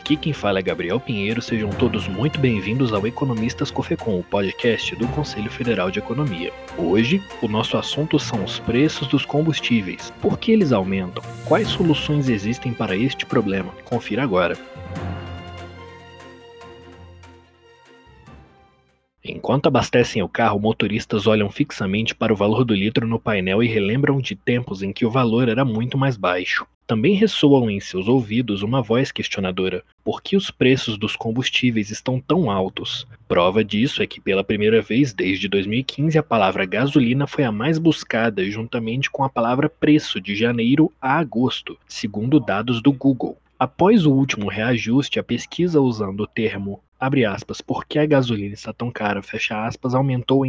Aqui quem fala é Gabriel Pinheiro, sejam todos muito bem-vindos ao Economistas Cofecom, o podcast do Conselho Federal de Economia. Hoje, o nosso assunto são os preços dos combustíveis. Por que eles aumentam? Quais soluções existem para este problema? Confira agora. Enquanto abastecem o carro, motoristas olham fixamente para o valor do litro no painel e relembram de tempos em que o valor era muito mais baixo. Também ressoam em seus ouvidos uma voz questionadora: por que os preços dos combustíveis estão tão altos? Prova disso é que pela primeira vez desde 2015 a palavra gasolina foi a mais buscada juntamente com a palavra preço de janeiro a agosto, segundo dados do Google. Após o último reajuste, a pesquisa usando o termo, abre aspas, por que a gasolina está tão cara, fecha aspas, aumentou em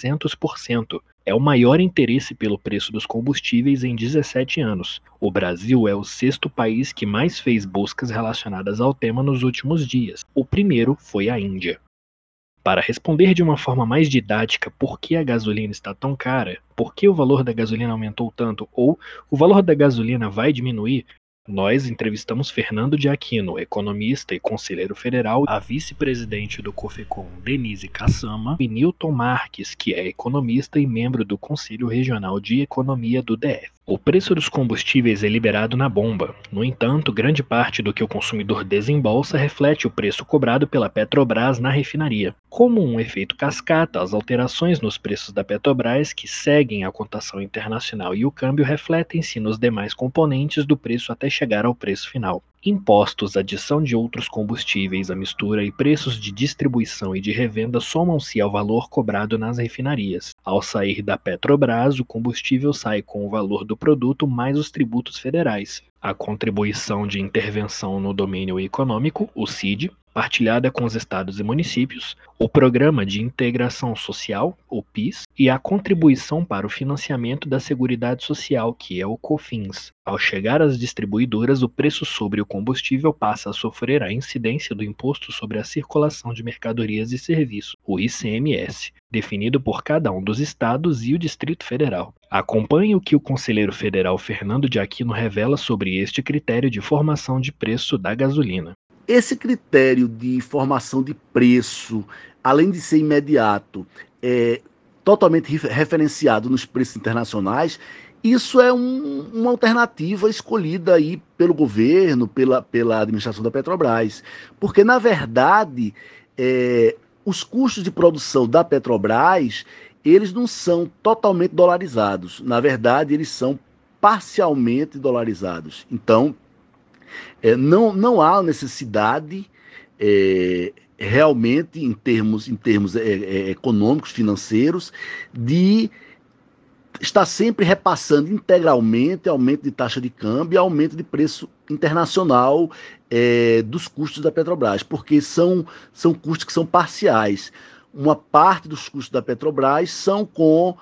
300%. É o maior interesse pelo preço dos combustíveis em 17 anos. O Brasil é o sexto país que mais fez buscas relacionadas ao tema nos últimos dias. O primeiro foi a Índia. Para responder de uma forma mais didática por que a gasolina está tão cara, por que o valor da gasolina aumentou tanto ou o valor da gasolina vai diminuir, nós entrevistamos Fernando de Aquino, economista e conselheiro federal, a vice-presidente do Cofecom, Denise Cassama, e Newton Marques, que é economista e membro do Conselho Regional de Economia do DF. O preço dos combustíveis é liberado na bomba. No entanto, grande parte do que o consumidor desembolsa reflete o preço cobrado pela Petrobras na refinaria. Como um efeito cascata, as alterações nos preços da Petrobras, que seguem a cotação internacional e o câmbio, refletem-se nos demais componentes do preço até chegar ao preço final. Impostos, adição de outros combustíveis, a mistura e preços de distribuição e de revenda somam-se ao valor cobrado nas refinarias. Ao sair da Petrobras, o combustível sai com o valor do produto mais os tributos federais. A contribuição de intervenção no domínio econômico, o CID, partilhada com os estados e municípios, o Programa de Integração Social, o PIS, e a contribuição para o financiamento da Seguridade Social, que é o COFINS. Ao chegar às distribuidoras, o preço sobre o combustível passa a sofrer a incidência do Imposto sobre a Circulação de Mercadorias e Serviços, o ICMS, definido por cada um dos estados e o Distrito Federal. Acompanhe o que o conselheiro federal Fernando de Aquino revela sobre este critério de formação de preço da gasolina. Esse critério de formação de preço, além de ser imediato, totalmente referenciado nos preços internacionais, isso é uma alternativa escolhida aí pelo governo, pela administração da Petrobras. Porque, na verdade, os custos de produção da Petrobras, eles não são totalmente dolarizados. Na verdade, eles são parcialmente dolarizados. Então, não há necessidade realmente, em termos econômicos, financeiros, de estar sempre repassando integralmente aumento de taxa de câmbio e aumento de preço internacional dos custos da Petrobras, porque são custos que são parciais. Uma parte dos custos da Petrobras são com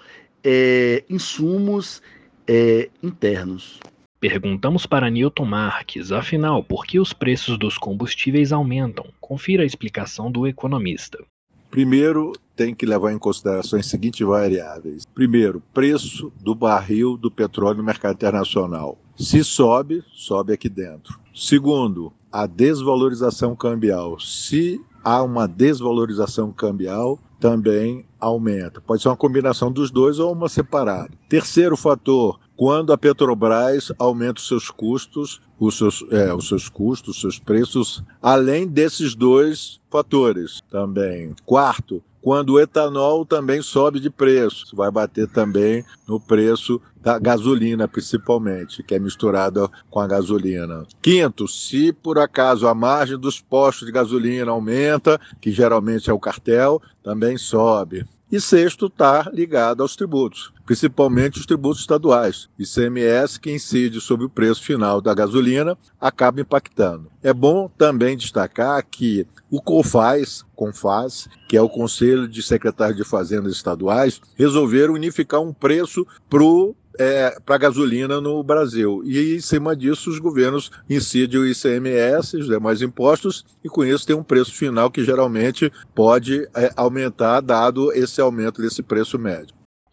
insumos internos. Perguntamos para Newton Marques, afinal, por que os preços dos combustíveis aumentam? Confira a explicação do economista. Primeiro, tem que levar em consideração as seguintes variáveis. Primeiro, preço do barril do petróleo no mercado internacional. Se sobe, sobe aqui dentro. Segundo, a desvalorização cambial. Se há uma desvalorização cambial, também aumenta. Pode ser uma combinação dos dois ou uma separada. Terceiro fator, quando a Petrobras aumenta os seus custos, os seus preços, além desses dois fatores também. Quarto, quando o etanol também sobe de preço, isso vai bater também no preço da gasolina, principalmente, que é misturada com a gasolina. Quinto, se por acaso a margem dos postos de gasolina aumenta, que geralmente é o cartel, também sobe. E sexto, está ligado aos tributos, principalmente os tributos estaduais. ICMS, que incide sobre o preço final da gasolina, acaba impactando. É bom também destacar que o CONFAZ, que é o Conselho de Secretários de Fazendas Estaduais, resolveram unificar um preço para a gasolina no Brasil. E, em cima disso, os governos incidem o ICMS, os demais impostos, e com isso tem um preço final que geralmente pode aumentar, dado esse aumento desse preço médio.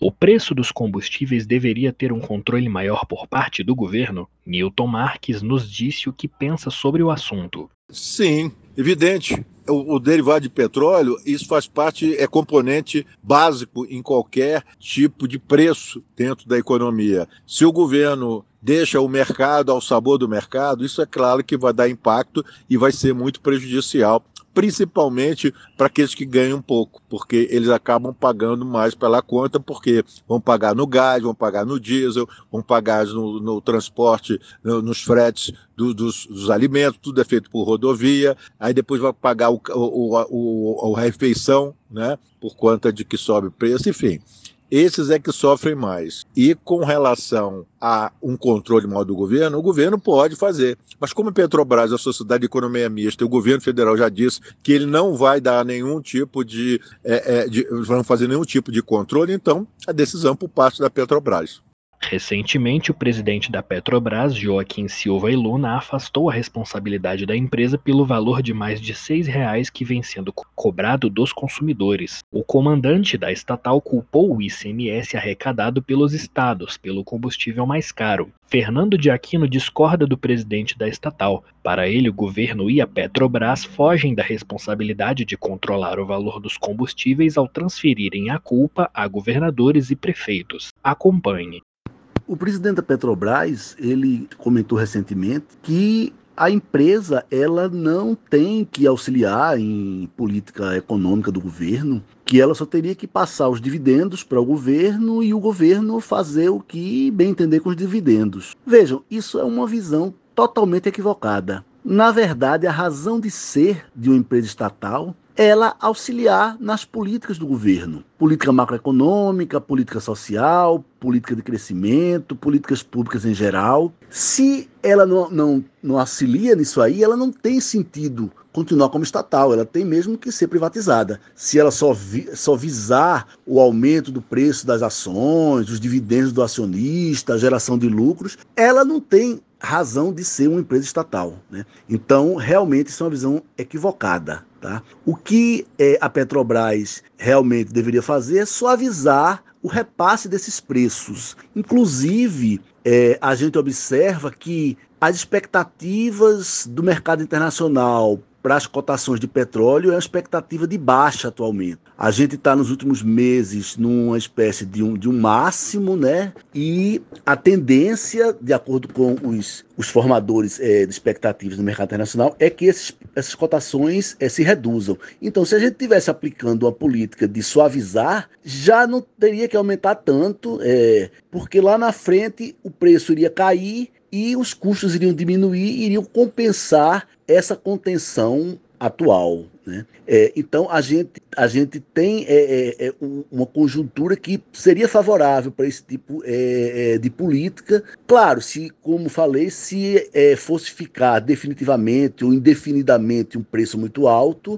O preço dos combustíveis deveria ter um controle maior por parte do governo? Newton Marques nos disse o que pensa sobre o assunto. Sim, evidente. O derivado de petróleo, isso faz parte, é componente básico em qualquer tipo de preço dentro da economia. Se o governo deixa o mercado ao sabor do mercado, isso é claro que vai dar impacto e vai ser muito prejudicial, principalmente para aqueles que ganham pouco, porque eles acabam pagando mais pela conta, porque vão pagar no gás, vão pagar no diesel, vão pagar no transporte, nos fretes dos alimentos, tudo é feito por rodovia, aí depois vai pagar a refeição, né, por conta de que sobe o preço, enfim. Esses é que sofrem mais. E com relação a um controle maior do governo, o governo pode fazer. Mas como a Petrobras é a Sociedade de Economia Mista, o governo federal já disse que ele não vai dar nenhum tipo vão fazer nenhum tipo de controle, então a decisão por parte da Petrobras. Recentemente, o presidente da Petrobras, Joaquim Silva e Luna, afastou a responsabilidade da empresa pelo valor de mais de R$ 6 que vem sendo cobrado dos consumidores. O comandante da estatal culpou o ICMS arrecadado pelos estados pelo combustível mais caro. Fernando de Aquino discorda do presidente da estatal. Para ele, o governo e a Petrobras fogem da responsabilidade de controlar o valor dos combustíveis ao transferirem a culpa a governadores e prefeitos. Acompanhe. O presidente da Petrobras, ele comentou recentemente que a empresa ela não tem que auxiliar em política econômica do governo, que ela só teria que passar os dividendos para o governo e o governo fazer o que bem entender com os dividendos. Vejam, isso é uma visão totalmente equivocada. Na verdade, a razão de ser de uma empresa estatal ela auxiliar nas políticas do governo. Política macroeconômica, política social, política de crescimento, políticas públicas em geral. Se ela não auxilia nisso aí, ela não tem sentido continuar como estatal, ela tem mesmo que ser privatizada. Se ela só visar o aumento do preço das ações, os dividendos do acionista, a geração de lucros, ela não tem razão de ser uma empresa estatal, né? Então, realmente, isso é uma visão equivocada. Tá? O que a Petrobras realmente deveria fazer é suavizar o repasse desses preços. Inclusive, a gente observa que as expectativas do mercado internacional para as cotações de petróleo é uma expectativa de baixa atualmente. A gente está nos últimos meses numa espécie de um máximo, né? E a tendência, de acordo com os formadores de expectativas do mercado internacional, é que essas cotações se reduzam. Então, se a gente estivesse aplicando uma política de suavizar, já não teria que aumentar tanto, porque lá na frente o preço iria cair e os custos iriam diminuir e iriam compensar essa contenção atual, né? Então, a gente tem uma conjuntura que seria favorável para esse tipo de política. Claro, como falei, se fosse ficar definitivamente ou indefinidamente um preço muito alto,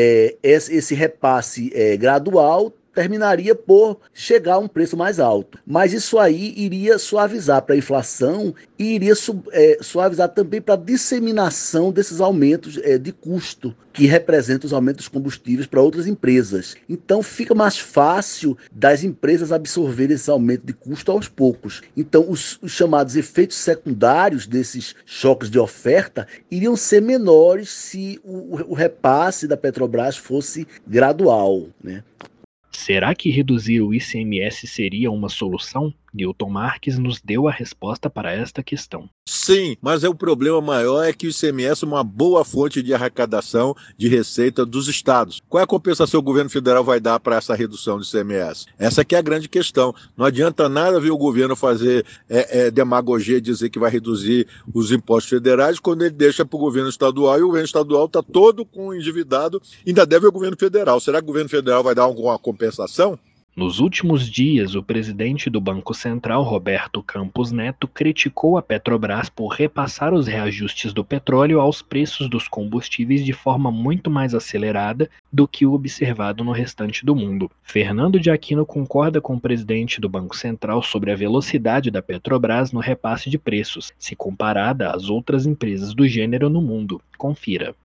esse repasse gradual terminaria por chegar a um preço mais alto. Mas isso aí iria suavizar para a inflação e iria suavizar também para a disseminação desses aumentos de custo que representam os aumentos dos combustíveis para outras empresas. Então fica mais fácil das empresas absorverem esse aumento de custo aos poucos. Então os chamados efeitos secundários desses choques de oferta iriam ser menores se o repasse da Petrobras fosse gradual, né? Será que reduzir o ICMS seria uma solução? Newton Marques nos deu a resposta para esta questão. Sim, mas o problema maior é que o ICMS é uma boa fonte de arrecadação de receita dos estados. Qual é a compensação que o governo federal vai dar para essa redução do ICMS? Essa que é a grande questão. Não adianta nada ver o governo fazer demagogia e dizer que vai reduzir os impostos federais quando ele deixa para o governo estadual e o governo estadual está todo com endividado e ainda deve ao governo federal. Será que o governo federal vai dar alguma compensação? Nos últimos dias, o presidente do Banco Central, Roberto Campos Neto, criticou a Petrobras por repassar os reajustes do petróleo aos preços dos combustíveis de forma muito mais acelerada do que o observado no restante do mundo. Fernando de Aquino concorda com o presidente do Banco Central sobre a velocidade da Petrobras no repasse de preços, se comparada às outras empresas do gênero no mundo. Confira.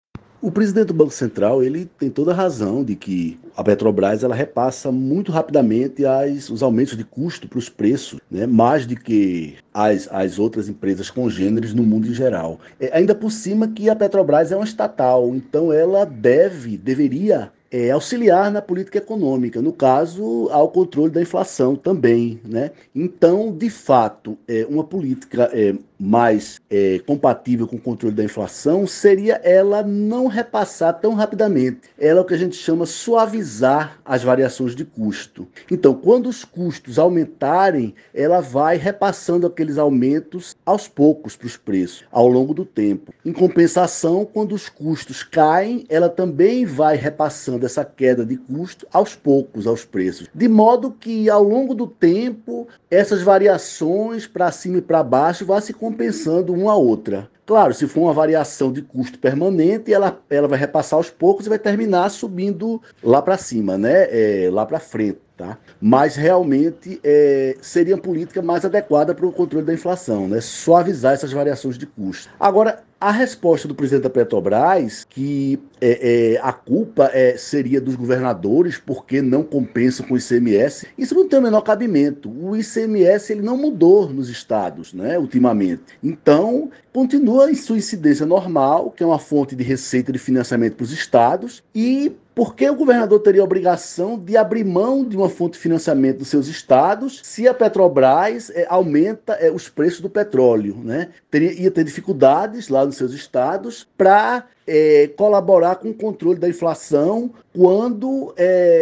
O presidente do Banco Central, ele tem toda a razão de que a Petrobras ela repassa muito rapidamente os aumentos de custo para os preços, né? Mais do que as outras empresas congêneres no mundo em geral. Ainda por cima que a Petrobras é uma estatal, então ela deveria auxiliar na política econômica, no caso, ao controle da inflação também, né? Então, de fato, uma política mais compatível com o controle da inflação seria ela não repassar tão rapidamente. Ela é o que a gente chama suavizar as variações de custo. Então, quando os custos aumentarem, ela vai repassando aqueles aumentos aos poucos para os preços, ao longo do tempo. Em compensação, quando os custos caem, ela também vai repassando essa queda de custo aos poucos aos preços. De modo que, ao longo do tempo, essas variações para cima e para baixo vão se compensando uma a outra. Claro, se for uma variação de custo permanente, ela vai repassar aos poucos e vai terminar subindo lá para cima, né? Lá para frente. Tá? Mas realmente seria uma política mais adequada para o controle da inflação, né? Suavizar essas variações de custo. Agora, a resposta do presidente da Petrobras, que a culpa seria dos governadores porque não compensam com o ICMS, isso não tem o menor cabimento. O ICMS ele não mudou nos estados, né, ultimamente. Então, continua em sua incidência normal, que é uma fonte de receita de financiamento para os estados, e por que o governador teria a obrigação de abrir mão de uma fonte de financiamento dos seus estados se a Petrobras aumenta os preços do petróleo, né? Ia ter dificuldades lá nos seus estados para colaborar com o controle da inflação quando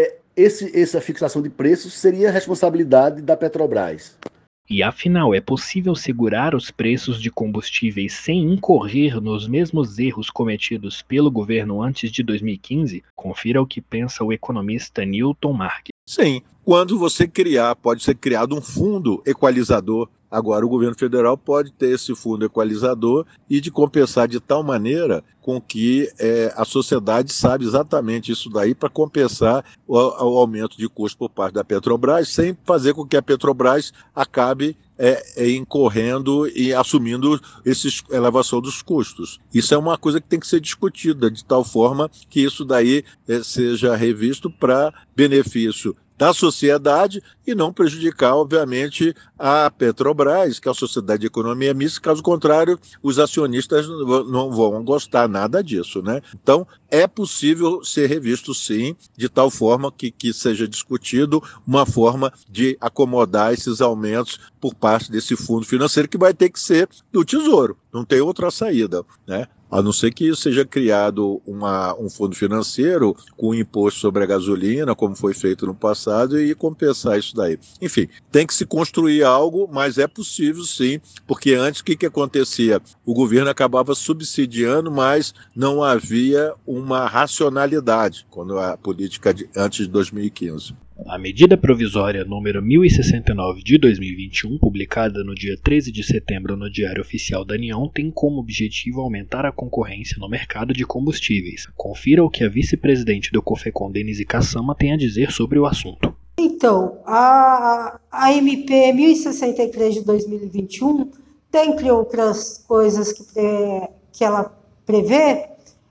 essa fixação de preços seria responsabilidade da Petrobras. E afinal, é possível segurar os preços de combustíveis sem incorrer nos mesmos erros cometidos pelo governo antes de 2015? Confira o que pensa o economista Newton Marques. Sim, quando você pode ser criado um fundo equalizador. Agora, o governo federal pode ter esse fundo equalizador e de compensar de tal maneira com que a sociedade sabe exatamente isso daí para compensar o aumento de custo por parte da Petrobras, sem fazer com que a Petrobras acabe incorrendo e assumindo essa elevação dos custos. Isso é uma coisa que tem que ser discutida, de tal forma que isso daí seja revisto para benefício da sociedade e não prejudicar, obviamente, a Petrobras, que é a Sociedade de Economia Mista. Caso contrário, os acionistas não vão gostar nada disso, né? Então, é possível ser revisto, sim, de tal forma que seja discutido uma forma de acomodar esses aumentos por parte desse fundo financeiro, que vai ter que ser do Tesouro, não tem outra saída, né? A não ser que seja criado um fundo financeiro com imposto sobre a gasolina, como foi feito no passado, e compensar isso daí. Enfim, tem que se construir algo, mas é possível sim, porque antes o que acontecia? O governo acabava subsidiando, mas não havia uma racionalidade quando a política antes de 2015. A medida provisória número 1069 de 2021, publicada no dia 13 de setembro no Diário Oficial da União, tem como objetivo aumentar a concorrência no mercado de combustíveis. Confira o que a vice-presidente do COFECON, Denise Cassama, tem a dizer sobre o assunto. Então, a MP 1063 de 2021, dentre outras coisas que ela prevê,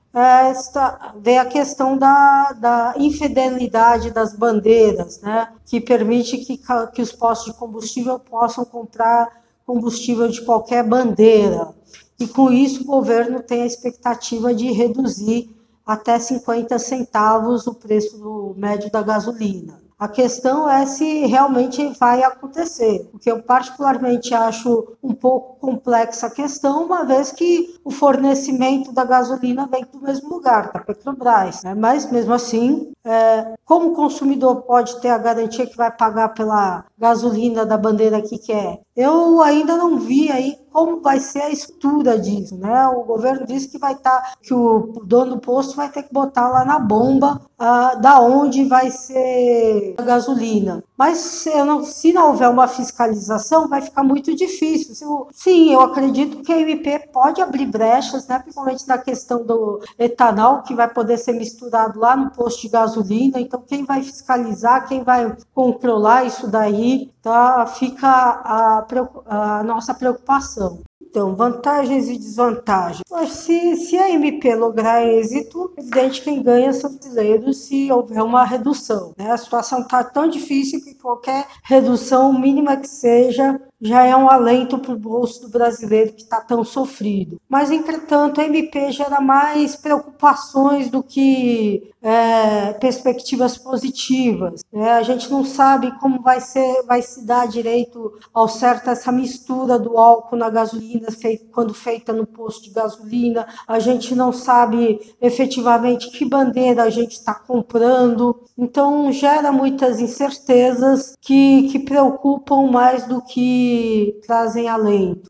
vê a questão da infidelidade das bandeiras, né, que permite que os postos de combustível possam comprar combustível de qualquer bandeira. E com isso o governo tem a expectativa de reduzir até 50 centavos o preço médio da gasolina. A questão é se realmente vai acontecer, porque eu particularmente acho um pouco complexa a questão, uma vez que o fornecimento da gasolina vem do mesmo lugar, da Petrobras, né? Mas mesmo assim, como o consumidor pode ter a garantia que vai pagar pela gasolina da bandeira que quer? Eu ainda não vi aí como vai ser a estrutura disso, né? O governo disse que o dono do posto vai ter que botar lá na bomba da onde vai ser a gasolina. Mas se não houver uma fiscalização, vai ficar muito difícil. Sim, eu acredito que a MP pode abrir brechas, né? Principalmente na questão do etanol, que vai poder ser misturado lá no posto de gasolina. Então, quem vai fiscalizar, quem vai controlar isso daí, tá? Fica a nossa preocupação. Então, vantagens e desvantagens. Mas se a MP lograr êxito, é evidente que quem ganha são os brasileiros se houver uma redução, né? A situação está tão difícil que qualquer redução, mínima que seja, já é um alento para o bolso do brasileiro que está tão sofrido. Mas, entretanto, a MP gera mais preocupações do que perspectivas positivas, né? A gente não sabe como vai se dar direito ao certo essa mistura do álcool na gasolina quando feita no posto de gasolina. A gente não sabe efetivamente que bandeira a gente está comprando. Então, gera muitas incertezas que preocupam mais do que trazem alento.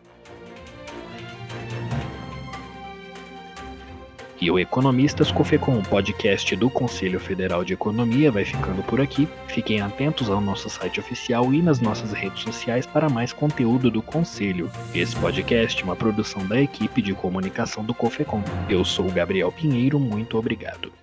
E o Economistas Cofecom, um podcast do Conselho Federal de Economia, vai ficando por aqui. Fiquem atentos ao nosso site oficial e nas nossas redes sociais para mais conteúdo do Conselho. Esse podcast é uma produção da equipe de comunicação do Cofecom. Eu sou o Gabriel Pinheiro, muito obrigado.